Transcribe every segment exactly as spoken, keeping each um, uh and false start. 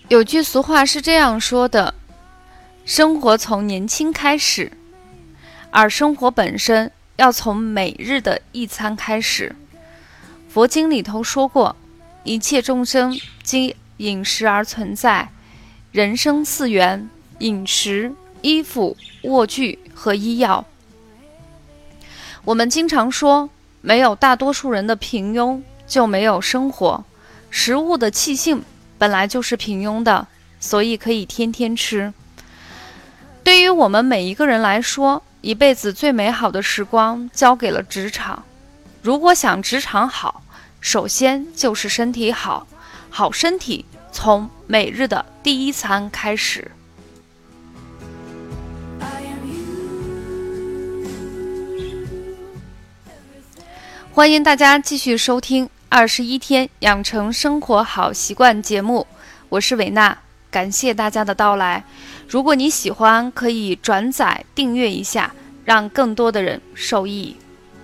有句俗话是这样说的：生活从年轻开始，而生活本身要从每日的一餐开始。佛经里头说过，一切众生经饮食而存在，人生四源：饮食、衣服、卧具和医药。我们经常说，没有大多数人的平庸，就没有生活。食物的气性本来就是平庸的，所以可以天天吃。对于我们每一个人来说，一辈子最美好的时光交给了职场。如果想职场好，首先就是身体好，好身体从每日的第一餐开始。欢迎大家继续收听二十一天养成生活好习惯节目，我是维娜，感谢大家的到来。如果你喜欢，可以转载订阅一下，让更多的人受益。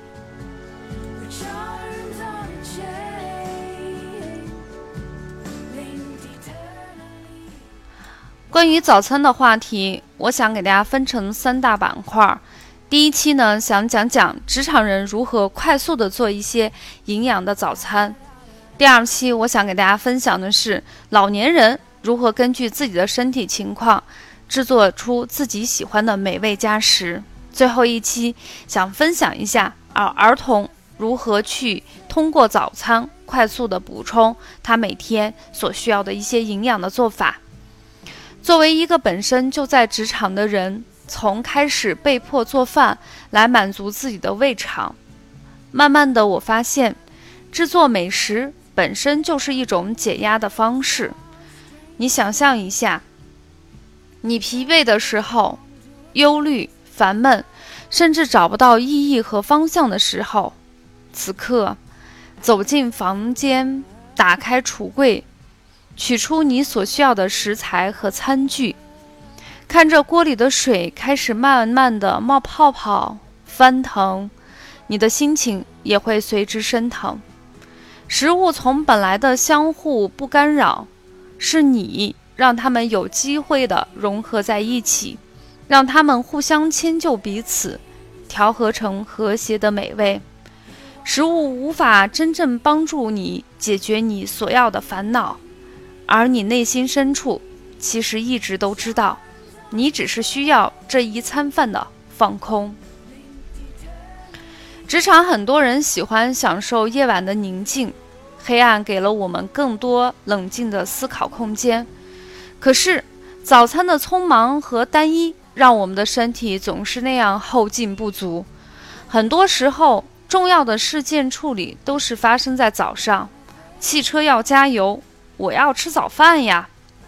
关于早餐的话题，我想给大家分成三大板块。第一期呢，想讲讲职场人如何快速的做一些营养的早餐。第二期我想给大家分享的是老年人如何根据自己的身体情况制作出自己喜欢的美味佳食。最后一期想分享一下啊，儿童如何去通过早餐快速的补充他每天所需要的一些营养的做法。作为一个本身就在职场的人，从开始被迫做饭来满足自己的胃肠，慢慢的我发现制作美食本身就是一种解压的方式。你想象一下，你疲惫的时候，忧虑、烦闷，甚至找不到意义和方向的时候，此刻走进房间，打开橱柜，取出你所需要的食材和餐具，看着锅里的水开始慢慢的冒泡泡、翻腾，你的心情也会随之升腾。食物从本来的相互不干扰，是你让他们有机会的融合在一起，让他们互相迁就彼此，调和成和谐的美味。食物无法真正帮助你解决你所要的烦恼，而你内心深处其实一直都知道，你只是需要这一餐饭的放空。职场很多人喜欢享受夜晚的宁静，黑暗给了我们更多冷静的思考空间。可是早餐的匆忙和单一，让我们的身体总是那样后劲不足。很多时候重要的事件处理都是发生在早上，汽车要加油，我要吃早饭呀。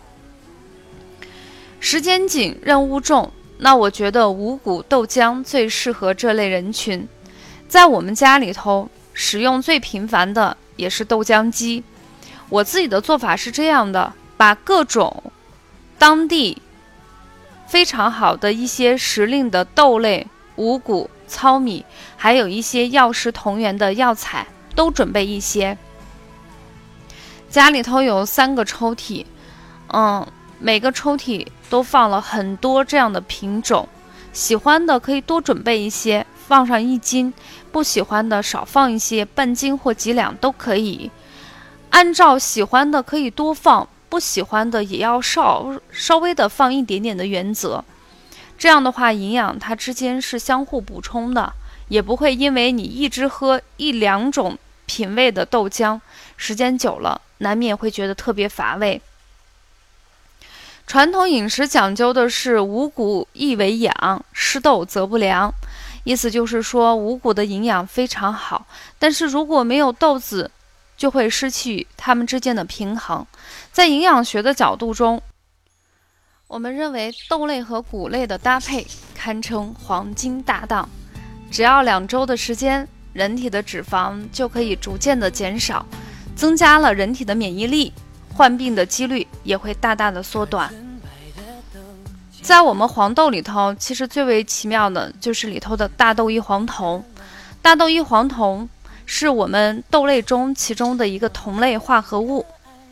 时间紧，任务重，那我觉得五谷豆浆最适合这类人群。在我们家里头使用最频繁的也是豆浆机。我自己的做法是这样的，把各种当地非常好的一些时令的豆类、五谷、糙米，还有一些药食同源的药材都准备一些。家里头有三个抽屉，嗯，每个抽屉都放了很多这样的品种，喜欢的可以多准备一些，放上一斤，不喜欢的少放一些，半斤或几两都可以。按照喜欢的可以多放，不喜欢的也要稍稍微的放一点点的原则。这样的话，营养它之间是相互补充的，也不会因为你一直喝一两种品味的豆浆，时间久了难免会觉得特别乏味。传统饮食讲究的是五谷宜为养，失豆则不良，意思就是说五谷的营养非常好，但是如果没有豆子，就会失去它们之间的平衡。在营养学的角度中，我们认为豆类和谷类的搭配堪称黄金搭档，只要两周的时间，人体的脂肪就可以逐渐的减少，增加了人体的免疫力，患病的几率也会大大的缩短。在我们黄豆里头，其实最为奇妙的就是里头的大豆异黄酮。大豆异黄酮是我们豆类中其中的一个酮类化合物，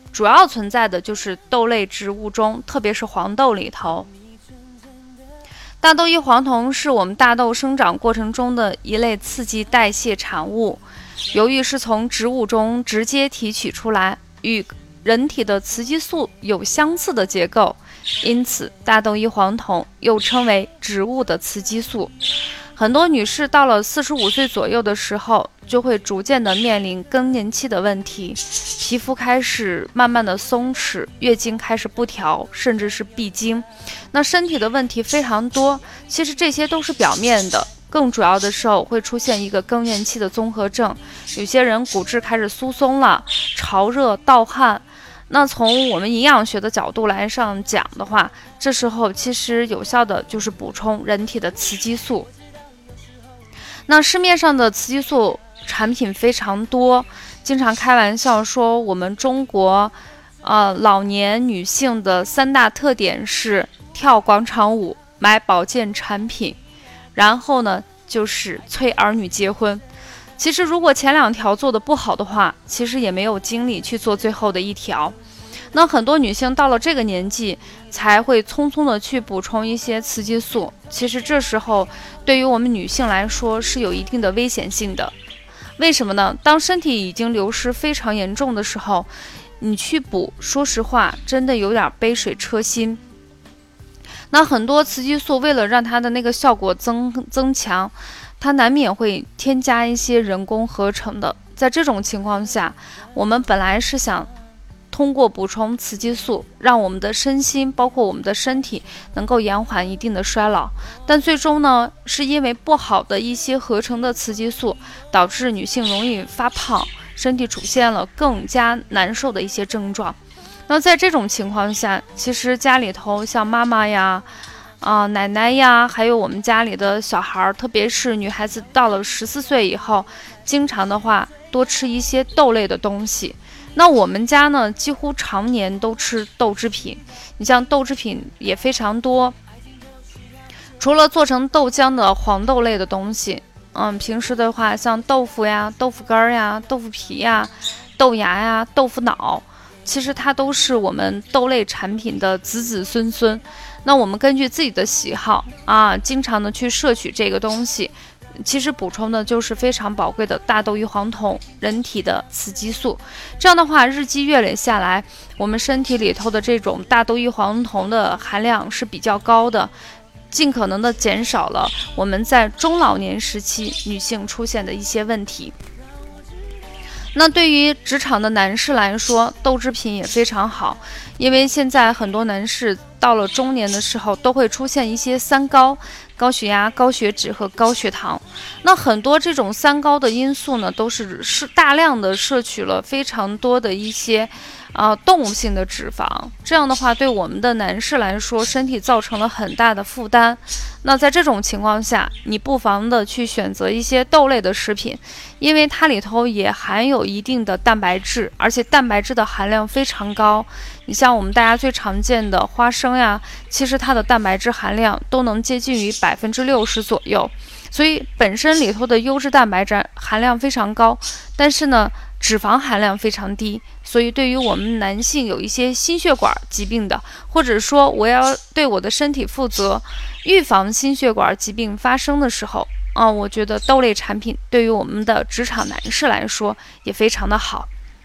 主要存在的就是豆类植物中，特别是黄豆里头。大豆异黄酮是我们大豆生长过程中的一类刺激代谢产物，由于是从植物中直接提取出来，与人体的雌激素有相似的结构，因此大豆异黄酮又称为植物的雌激素。很多女士到了四十五岁左右的时候，就会逐渐的面临更年期的问题，皮肤开始慢慢的松弛，月经开始不调，甚至是闭经。那身体的问题非常多，其实这些都是表面的，更主要的时候会出现一个更年期的综合症。有些人骨质开始疏松了，潮热盗汗。那从我们营养学的角度来上讲的话，这时候其实有效的就是补充人体的雌激素。那市面上的雌激素产品非常多，经常开玩笑说我们中国呃老年女性的三大特点是跳广场舞、买保健产品，然后呢就是催儿女结婚。其实如果前两条做的不好的话，其实也没有精力去做最后的一条。那很多女性到了这个年纪才会匆匆的去补充一些雌激素，其实这时候对于我们女性来说是有一定的危险性的。为什么呢？当身体已经流失非常严重的时候，你去补，说实话真的有点杯水车薪。那很多雌激素为了让它的那个效果增增强，它难免会添加一些人工合成的。在这种情况下，我们本来是想通过补充雌激素，让我们的身心包括我们的身体能够延缓一定的衰老，但最终呢，是因为不好的一些合成的雌激素，导致女性容易发胖，身体出现了更加难受的一些症状。那在这种情况下，其实家里头像妈妈呀、啊、呃、奶奶呀，还有我们家里的小孩，特别是女孩子到了十四岁以后，经常的话多吃一些豆类的东西。那我们家呢，几乎常年都吃豆制品，你像豆制品也非常多，除了做成豆浆的黄豆类的东西，嗯，平时的话像豆腐呀、豆腐干呀、豆腐皮呀、豆芽呀、豆腐脑，其实它都是我们豆类产品的子子孙孙。那我们根据自己的喜好啊，经常的去摄取这个东西，其实补充的就是非常宝贵的大豆异黄酮，人体的雌激素。这样的话，日积月累下来，我们身体里头的这种大豆异黄酮的含量是比较高的，尽可能的减少了我们在中老年时期女性出现的一些问题。那对于职场的男士来说，豆制品也非常好，因为现在很多男士到了中年的时候都会出现一些三高，高血压、高血脂和高血糖。那很多这种三高的因素呢，都是是大量的摄取了非常多的一些啊、呃、动物性的脂肪，这样的话对我们的男士来说，身体造成了很大的负担。那在这种情况下，你不妨的去选择一些豆类的食品，因为它里头也含有一定的蛋白质，而且蛋白质的含量非常高。你像我们大家最常见的花生呀，其实它的蛋白质含量都能接近于百分之六十左右，所以本身里头的优质蛋白质含量非常高，但是呢，脂肪含量非常低。所以对于我们男性有一些心血管疾病的，或者说我要对我的身体负责，预防心血管疾病发生的时候啊、呃，我觉得豆类产品对于我们的职场男士来说也非常的好。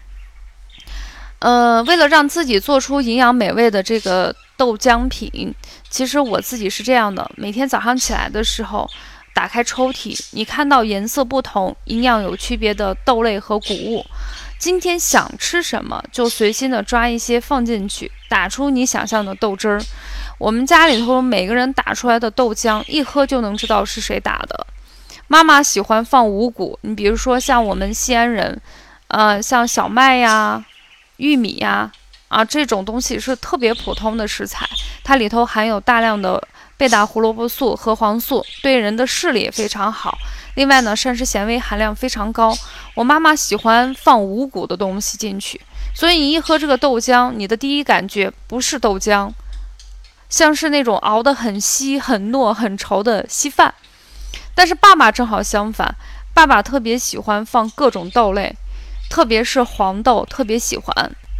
呃，为了让自己做出营养美味的这个豆浆品，其实我自己是这样的，每天早上起来的时候，打开抽屉，你看到颜色不同、营养有区别的豆类和谷物，今天想吃什么就随心的抓一些放进去，打出你想象的豆汁儿。我们家里头每个人打出来的豆浆，一喝就能知道是谁打的。妈妈喜欢放五谷，你比如说像我们西安人，呃，像小麦呀、玉米呀，啊，这种东西是特别普通的食材，它里头含有大量的贝塔胡萝卜素、核黄素，对人的视力也非常好。另外呢，膳食纤维含量非常高。我妈妈喜欢放五谷的东西进去，所以你一喝这个豆浆，你的第一感觉不是豆浆，像是那种熬得很稀、很糯、很稠的稀饭。但是爸爸正好相反，爸爸特别喜欢放各种豆类，特别是黄豆，特别喜欢。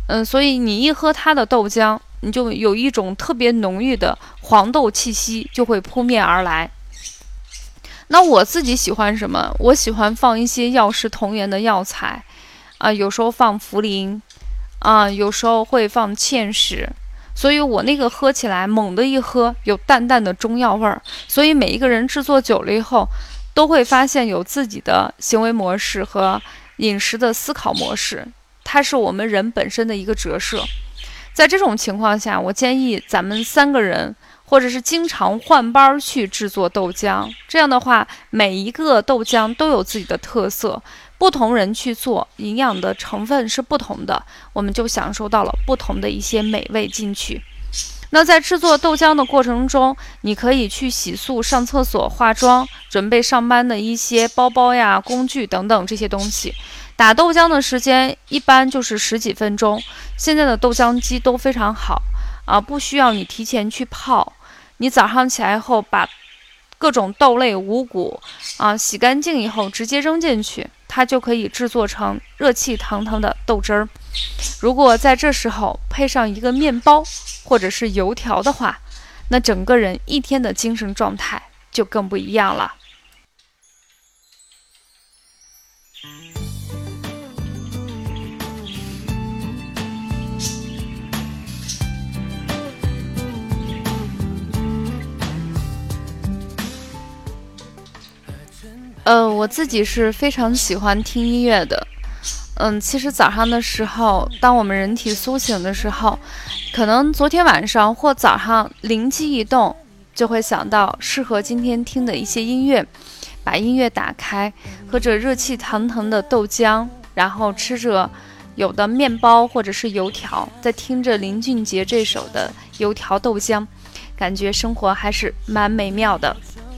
嗯，所以你一喝它的豆浆，你就有一种特别浓郁的黄豆气息就会扑面而来。那我自己喜欢什么？我喜欢放一些药食同源的药材，啊、呃，有时候放茯苓，啊、呃，有时候会放芡实，所以我那个喝起来猛的一喝，有淡淡的中药味儿。所以每一个人制作久了以后，都会发现有自己的行为模式和饮食的思考模式，它是我们人本身的一个折射。在这种情况下，我建议咱们三个人或者是经常换班去制作豆浆，这样的话每一个豆浆都有自己的特色，不同人去做，营养的成分是不同的，我们就享受到了不同的一些美味进去。那在制作豆浆的过程中，你可以去洗漱、上厕所、化妆，准备上班的一些包包呀、工具等等这些东西。打豆浆的时间一般就是十几分钟，现在的豆浆机都非常好啊，不需要你提前去泡。你早上起来后把各种豆类、五谷啊洗干净以后直接扔进去，它就可以制作成热气腾腾的豆汁儿。如果在这时候配上一个面包或者是油条的话，那整个人一天的精神状态就更不一样了。呃，我自己是非常喜欢听音乐的。嗯，其实早上的时候，当我们人体苏醒的时候，可能昨天晚上或早上灵机一动，就会想到适合今天听的一些音乐，把音乐打开，喝着热气腾腾的豆浆，然后吃着有的面包或者是油条，再听着林俊杰这首的油条豆浆，感觉生活还是蛮美妙的。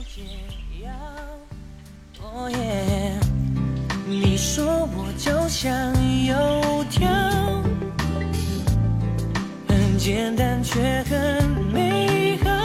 你说我就像油条，很简单却很美好。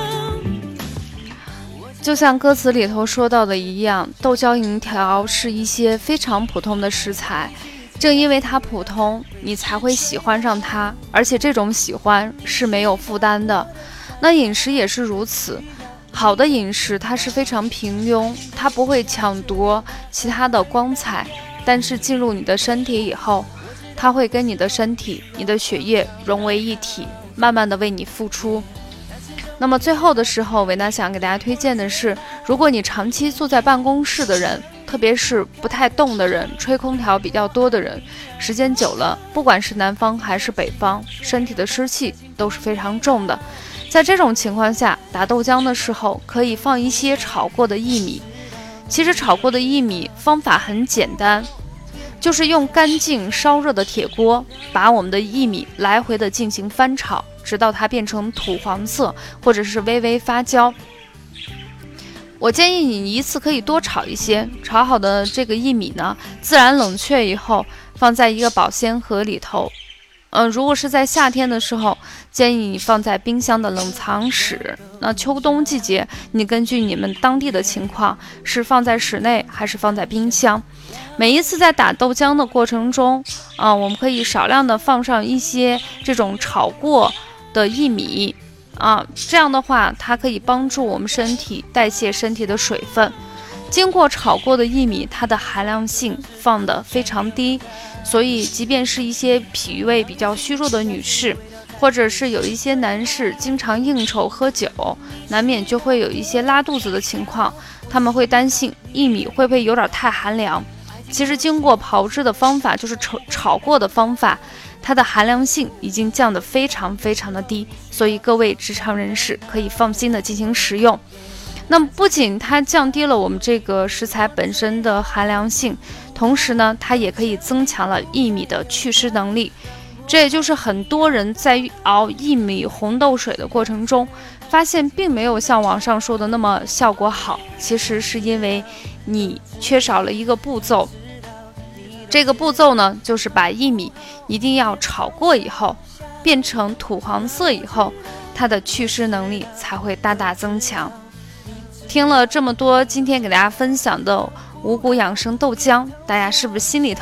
就像歌词里头说到的一样，豆浆油条是一些非常普通的食材，正因为它普通，你才会喜欢上它，而且这种喜欢是没有负担的。那饮食也是如此，好的饮食它是非常平庸，它不会抢夺其他的光彩，但是进入你的身体以后，它会跟你的身体、你的血液融为一体，慢慢的为你付出。那么最后的时候，维娜想给大家推荐的是，如果你长期坐在办公室的人，特别是不太动的人，吹空调比较多的人，时间久了，不管是南方还是北方，身体的湿气都是非常重的。在这种情况下，打豆浆的时候可以放一些炒过的薏米。其实炒过的薏米方法很简单，就是用干净烧热的铁锅，把我们的薏米来回的进行翻炒，直到它变成土黄色或者是微微发焦。我建议你一次可以多炒一些，炒好的这个薏米呢，自然冷却以后放在一个保鲜盒里头。嗯、呃，如果是在夏天的时候，建议你放在冰箱的冷藏室。那秋冬季节，你根据你们当地的情况，是放在室内还是放在冰箱。每一次在打豆浆的过程中，啊、呃，我们可以少量的放上一些这种炒过的薏米，啊，这样的话，它可以帮助我们身体代谢身体的水分。经过炒过的薏米，它的含量性放得非常低，所以即便是一些脾胃比较虚弱的女士，或者是有一些男士经常应酬喝酒，难免就会有一些拉肚子的情况，他们会担心薏米会不会有点太寒凉。其实经过炮制的方法，就是炒炒过的方法，它的含量性已经降得非常非常的低，所以各位职场人士可以放心的进行食用。那么不仅它降低了我们这个食材本身的含量性，同时呢，它也可以增强了薏米的祛湿能力。这也就是很多人在熬薏米红豆水的过程中，发现并没有像网上说的那么效果好，其实是因为你缺少了一个步骤。这个步骤呢，就是把薏米一定要炒过以后，变成土黄色以后，它的祛湿能力才会大大增强。听了这么多今天给大家分享的五谷养生豆浆，大家是不是心里头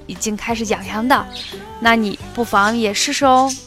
已经开始痒痒的，那你不妨也试试哦。